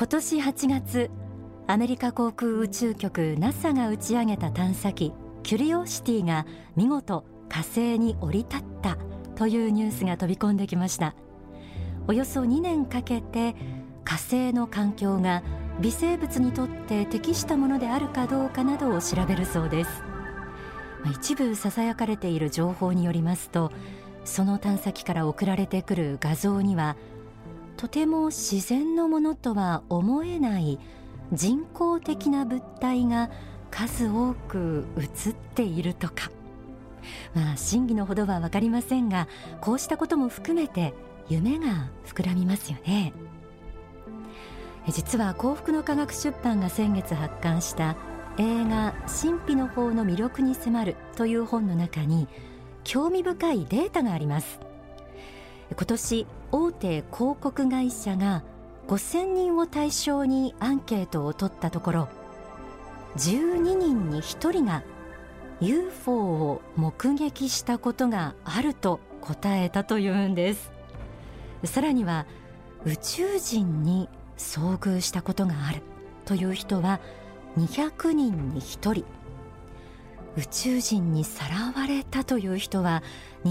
今年8月、アメリカ航空宇宙局 NASA が打ち上げた探査機キュリオシティが見事火星に降り立ったというニュースが飛び込んできました。およそ2年かけて火星の環境が微生物にとって適したものであるかどうかなどを調べるそうです。一部ささやかれている情報によりますと、その探査機から送られてくる画像にはとても自然のものとは思えない人工的な物体が数多く映っているとか、真偽のほどは分かりませんが、こうしたことも含めて夢が膨らみますよね。実は幸福の科学出版が先月発刊した映画神秘の方の魅力に迫るという本の中に興味深いデータがあります。今年大手広告会社が5000人を対象にアンケートを取ったところ、12人に1人が UFO を目撃したことがあると答えたというんです。さらには宇宙人に遭遇したことがあるという人は200人に1人、宇宙人にさらわれたという人は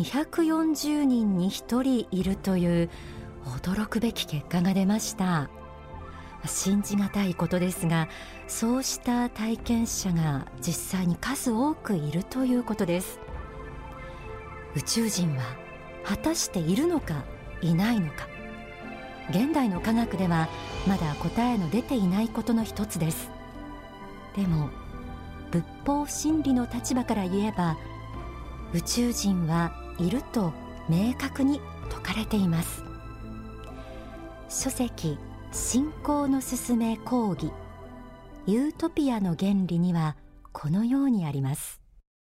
240人に1人いるという驚くべき結果が出ました。信じがたいことですが、そうした体験者が実際に数多くいるということです。宇宙人は果たしているのかいないのか、現代の科学ではまだ答えの出ていないことの一つです。でも仏法真理の立場から言えば、宇宙人はいると明確に説かれています。書籍信仰のすすめ講義ユートピアの原理にはこのようにあります。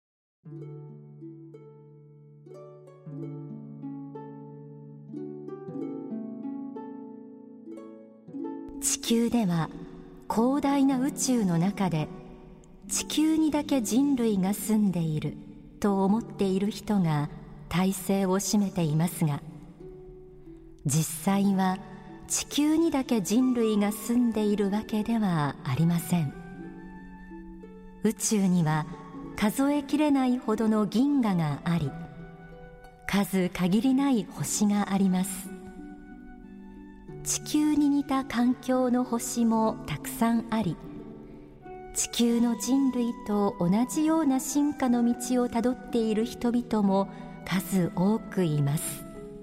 地球では広大な宇宙の中で地球にだけ人類が住んでいると思っている人が大勢を占めていますが、実際は地球にだけ人類が住んでいるわけではありません。宇宙には数えきれないほどの銀河があり、数限りない星があります。地球に似た環境の星もたくさんあり、地球の人類と同じような進化の道をたどっている人々も数多くいます。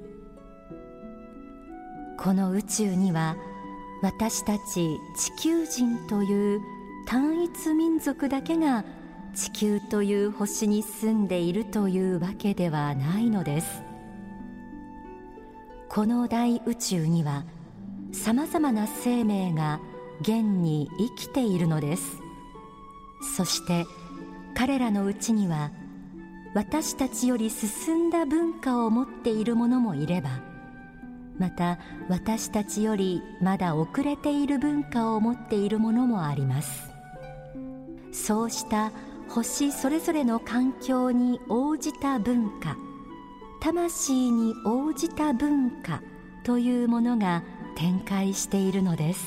この宇宙には私たち地球人という単一民族だけが地球という星に住んでいるというわけではないのです。この大宇宙にはさまざまな生命が現に生きているのです。そして彼らのうちには私たちより進んだ文化を持っている者もいれば、また私たちよりまだ遅れている文化を持っているものもあります。そうした星それぞれの環境に応じた文化、魂に応じた文化というものが展開しているのです。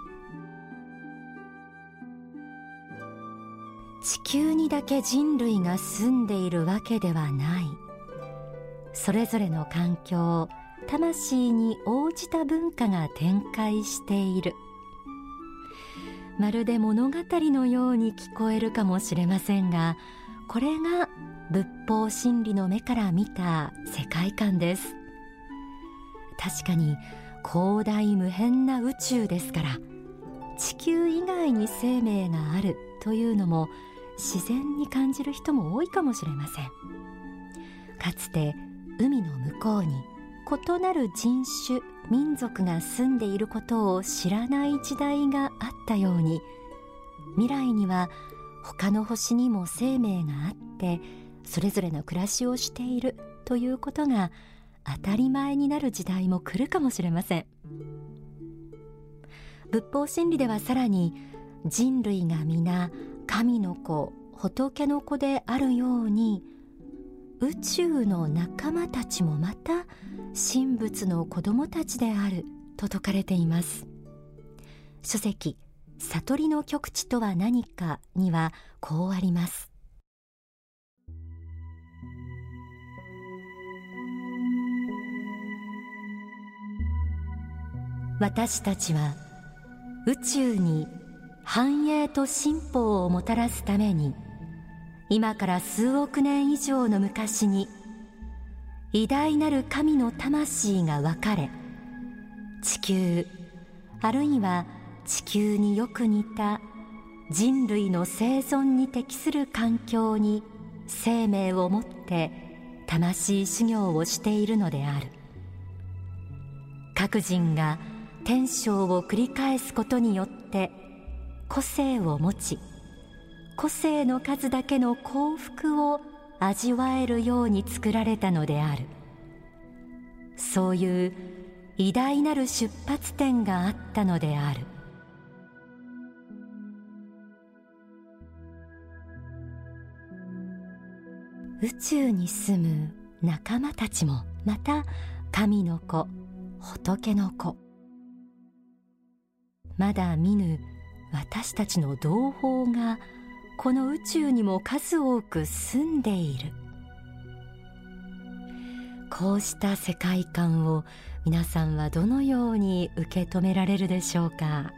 地球にだけ人類が住んでいるわけではない。それぞれの環境、魂に応じた文化が展開している。まるで物語のように聞こえるかもしれませんが、これが仏法真理の目から見た世界観です。確かに広大無辺な宇宙ですから、地球以外に生命があるというのも自然に感じる人も多いかもしれません。かつて海の向こうに異なる人種民族が住んでいることを知らない時代があったように、未来には他の星にも生命があってそれぞれの暮らしをしているということが当たり前になる時代も来るかもしれません。仏法真理ではさらに、人類が皆神の子、仏の子であるように、宇宙の仲間たちもまた神仏の子供たちであると説かれています。 書籍悟りの極地とは何かにはこうあります。私たちは宇宙に繁栄と進歩をもたらすために、今から数億年以上の昔に偉大なる神の魂が分かれ、地球あるいは地球によく似た人類の生存に適する環境に生命をもって魂修行をしているのである。各人が天生を繰り返すことによって個性を持ち、個性の数だけの幸福を味わえるように作られたのである。そういう偉大なる出発点があったのである。宇宙に住む仲間たちもまた神の子、仏の子、まだ見ぬ私たちの同胞がこの宇宙にも数多く住んでいる。こうした世界観を皆さんはどのように受け止められるでしょうか。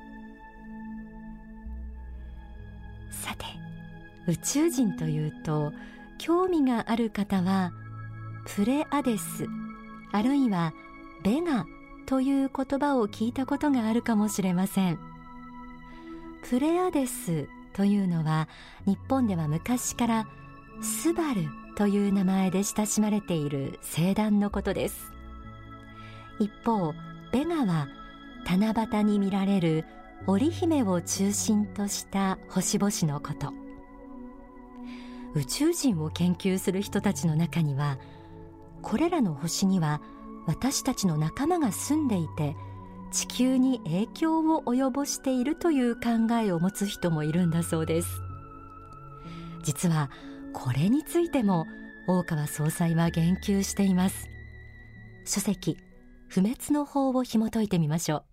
さて、宇宙人というと興味がある方はプレアデスあるいはベガという言葉を聞いたことがあるかもしれません。プレアデスというのは日本では昔からスバルという名前で親しまれている星団のことです。一方、ベガは七夕に見られる織姫を中心とした星々のこと。宇宙人を研究する人たちの中には、これらの星には私たちの仲間が住んでいて地球に影響を及ぼしているという考えを持つ人もいるんだそうです。実はこれについても大川総裁は言及しています。書籍不滅の法を紐解いてみましょう。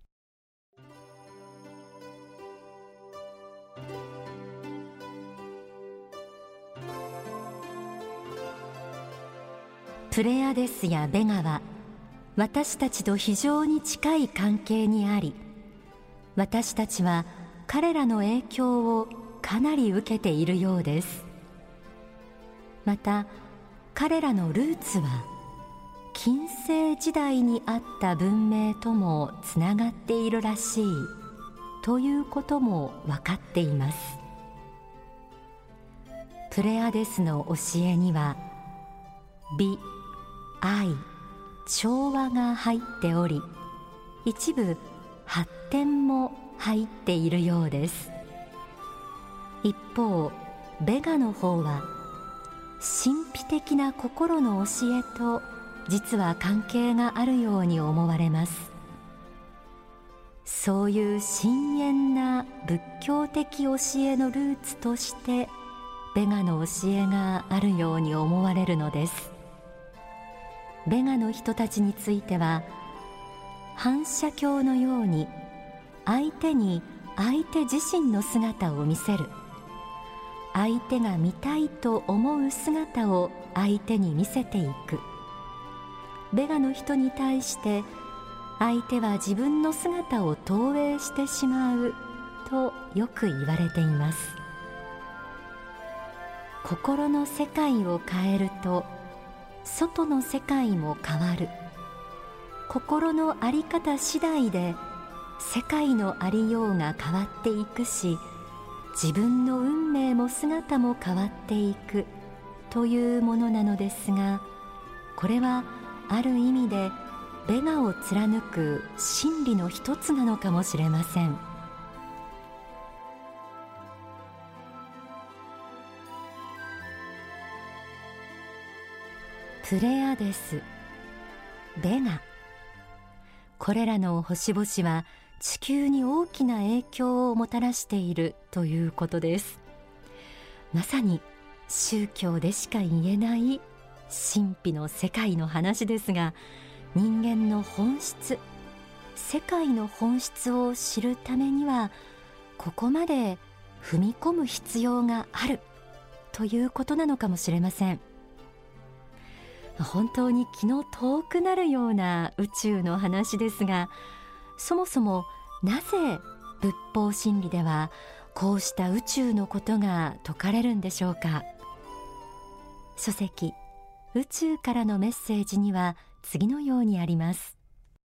プレアデスやベガは私たちと非常に近い関係にあり、私たちは彼らの影響をかなり受けているようです。また彼らのルーツは近世時代にあった文明ともつながっているらしいということも分かっています。プレアデスの教えには美、愛、調和が入っており、一部発展も入っているようです。一方、ベガの方は神秘的な心の教えと実は関係があるように思われます。そういう深遠な仏教的教えのルーツとしてベガの教えがあるように思われるのです。ベガの人たちについては反射鏡のように相手に相手自身の姿を見せる、相手が見たいと思う姿を相手に見せていく。ベガの人に対して相手は自分の姿を投影してしまうとよく言われています。心の世界を変えると外の世界も変わる。心の在り方次第で世界のありようが変わっていくし、自分の運命も姿も変わっていくというものなのですが、これはある意味でベガを貫く真理の一つなのかもしれません。プレアデス、ベガ、これらの星々は地球に大きな影響をもたらしているということです。まさに宗教でしか言えない神秘の世界の話ですが、人間の本質、 世界の本質を知るためにはここまで踏み込む必要があるということなのかもしれません。本当に気の遠くなるような宇宙の話ですが、そもそもなぜ仏法真理ではこうした宇宙のことが説かれるんでしょうか。書籍宇宙からのメッセージには次のようにあります。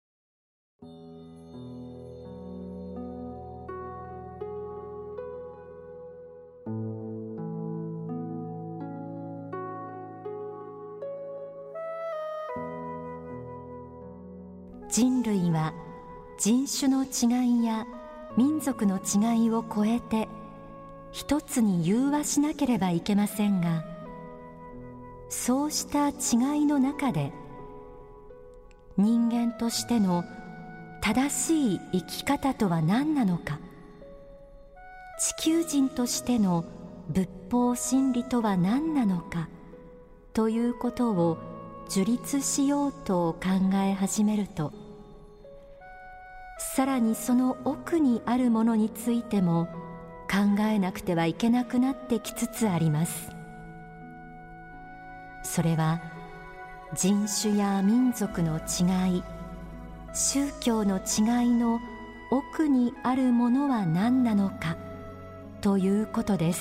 人類は人種の違いや民族の違いを超えて一つに融和しなければいけませんが、そうした違いの中で人間としての正しい生き方とは何なのか、地球人としての仏法真理とは何なのかということを樹立しようと考え始めると、さらにその奥にあるものについても考えなくてはいけなくなってきつつあります。それは人種や民族の違い、宗教の違いの奥にあるものは何なのかということです。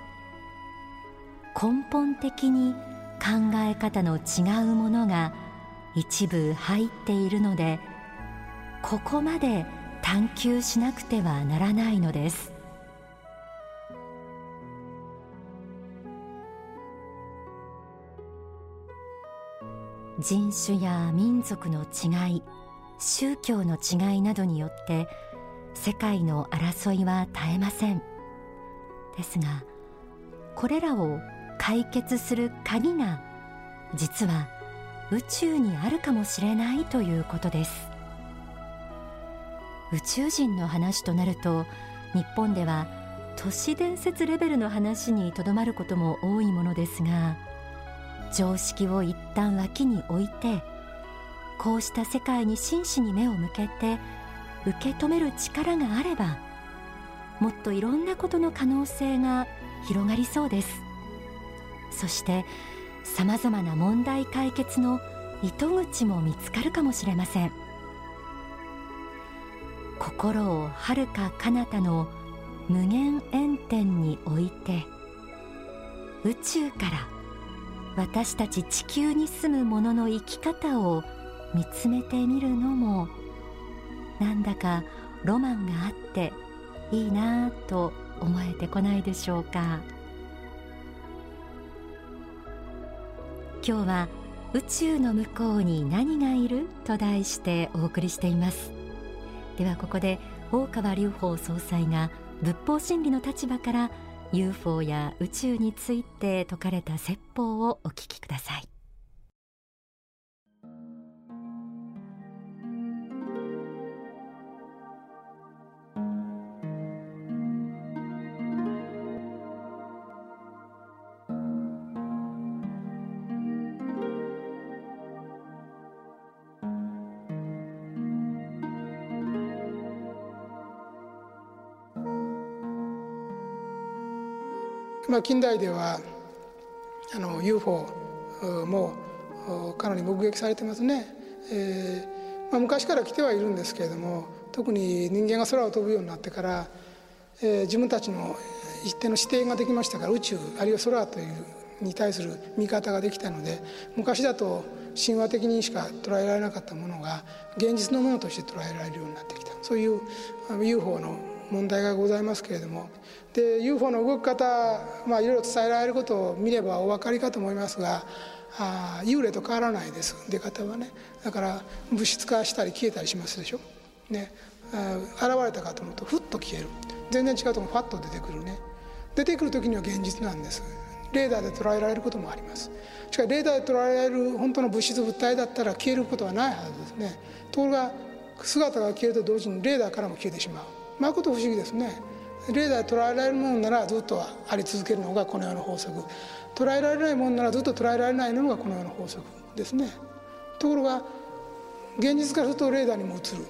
根本的に考え方の違うものが一部入っているので、ここまで探求しなくてはならないのです。人種や民族の違い、宗教の違いなどによって世界の争いは絶えません。ですが、これらを解決する鍵が実は宇宙にあるかもしれないということです。宇宙人の話となると、日本では都市伝説レベルの話にとどまることも多いものですが、常識を一旦脇に置いて、こうした世界に真摯に目を向けて受け止める力があれば、もっといろんなことの可能性が広がりそうです。そしてさまざまな問題解決の糸口も見つかるかもしれません。心を遥か彼方の無限遠天に置いて、宇宙から私たち地球に住む者の生き方を見つめてみるのも、なんだかロマンがあっていいなぁと思えてこないでしょうか。今日は宇宙の向こうに何がいると題してお送りしています。ではここで大川隆法総裁が仏法真理の立場から UFO や宇宙について説かれた説法をお聞きください。 近代ではUFO もかなり目撃されてますね。昔から来てはいるんですけれども、特に人間が空を飛ぶようになってから、自分たちの一定の指定ができましたから、宇宙あるいは空というに対する見方ができたので、昔だと神話的にしか捉えられなかったものが現実のものとして捉えられるようになってきた、そういう UFO の問題がございますけれども、で UFO の動き方、いろいろ伝えられることを見ればお分かりかと思いますが、幽霊と変わらないです、出方はね。だから物質化したり消えたりしますでしょ、ね。現れたかと思うとふっと消える、全然違うところファッと出てくるね。出てくる時には現実なんです。レーダーで捉えられることもあります。しかしレーダーで捉えられる本当の物質物体だったら消えることはないはずですね。ところが姿が消えると同時にレーダーからも消えてしまう。誠不思議ですね。レーダーで捉えられるものならずっとあり続けるのがこの世の法則、捉えられないものならずっと捉えられないのがこの世の法則ですね。ところが現実からするとレーダーにも映る、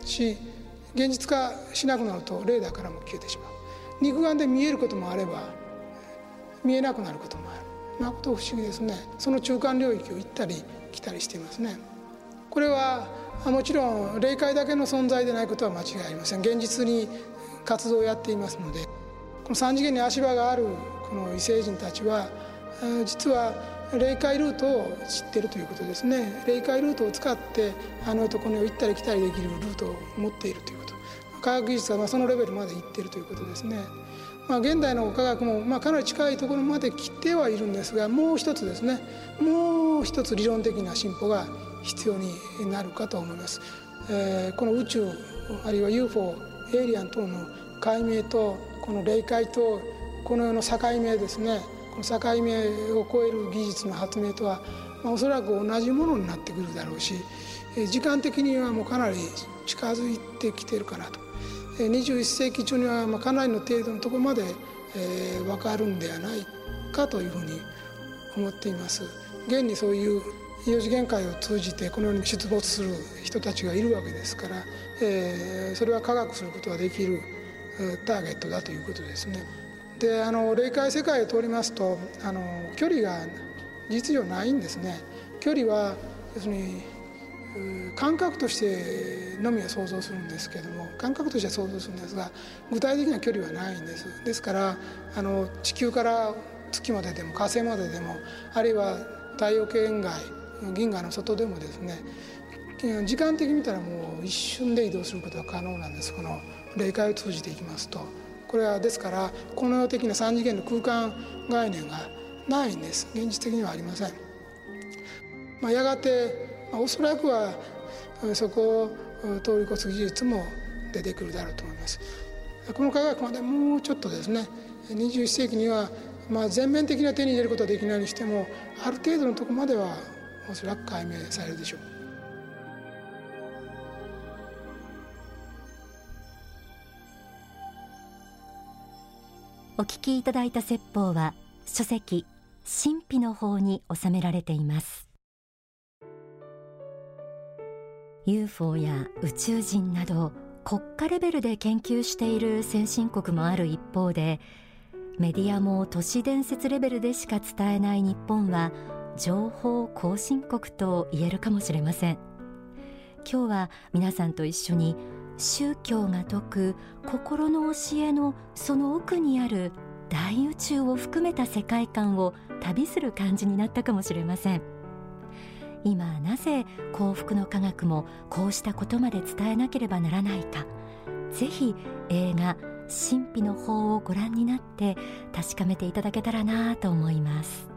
し、現実化しなくなるとレーダーからも消えてしまう。肉眼で見えることもあれば見えなくなることもある。こと不思議ですね。その中間領域を行ったり来たりしていますね。これはもちろん霊界だけの存在でないことは間違いありません。現実に活動をやっていますので、この3次元に足場があるこの異星人たちは実は霊界ルートを知っているということですね。霊界ルートを使ってあの世とこの世を行ったり来たりできるルートを持っているということ、科学技術はそのレベルまで行っているということですね。現代の科学もかなり近いところまで来てはいるんですが、もう一つですね、もう一つ理論的な進歩が必要になるかと思います。この宇宙あるいは UFO エイリアン等の解明とこの霊界とこの世の境目ですね、この境目を超える技術の発明とは、おそらく同じものになってくるだろうし、時間的にはもうかなり近づいてきているかなと。21世紀中にはかなりの程度のところまで分かるんではないかというふうに思っています。現にそういう4次元界を通じてこのように出没する人たちがいるわけですから、それは科学することができるターゲットだということですね。で霊界世界を通りますと距離が実情ないんですね。距離は要するに感覚としてのみは想像するんですけれども、感覚としては想像するんですが具体的な距離はないんです。ですから地球から月まででも火星まででも、あるいは太陽系外銀河の外でもですね、時間的に見たらもう一瞬で移動することが可能なんです。この霊界を通じていきますと、これはですからこの世的な3次元の空間概念がないんです。現実的にはありません。やがておそらくはそこを通り越す技術も出てくるだろうと思います。この科学までもうちょっとですね、21世紀には全面的な手に入れることはできないにしても、ある程度のところまではおそらく解明されるでしょう。 お聞きいただいた説法は書籍神秘の法に収められています。UFO や宇宙人など国家レベルで研究している先進国もある一方で、メディアも都市伝説レベルでしか伝えない日本は情報後進国と言えるかもしれません。今日は皆さんと一緒に宗教が説く心の教えのその奥にある大宇宙を含めた世界観を旅する感じになったかもしれません。今なぜ幸福の科学もこうしたことまで伝えなければならないか、ぜひ映画神秘の法をご覧になって確かめていただけたらなと思います。